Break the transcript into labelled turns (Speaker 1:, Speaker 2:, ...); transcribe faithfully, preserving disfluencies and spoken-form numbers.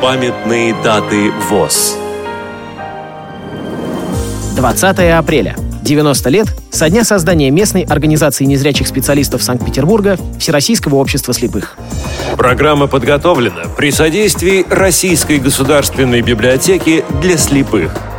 Speaker 1: Памятные даты ВОС.
Speaker 2: двадцатое апреля. девяносто лет со дня создания местной организации незрячих специалистов Санкт-Петербурга Всероссийского общества слепых.
Speaker 1: Программа подготовлена при содействии Российской государственной библиотеки для слепых.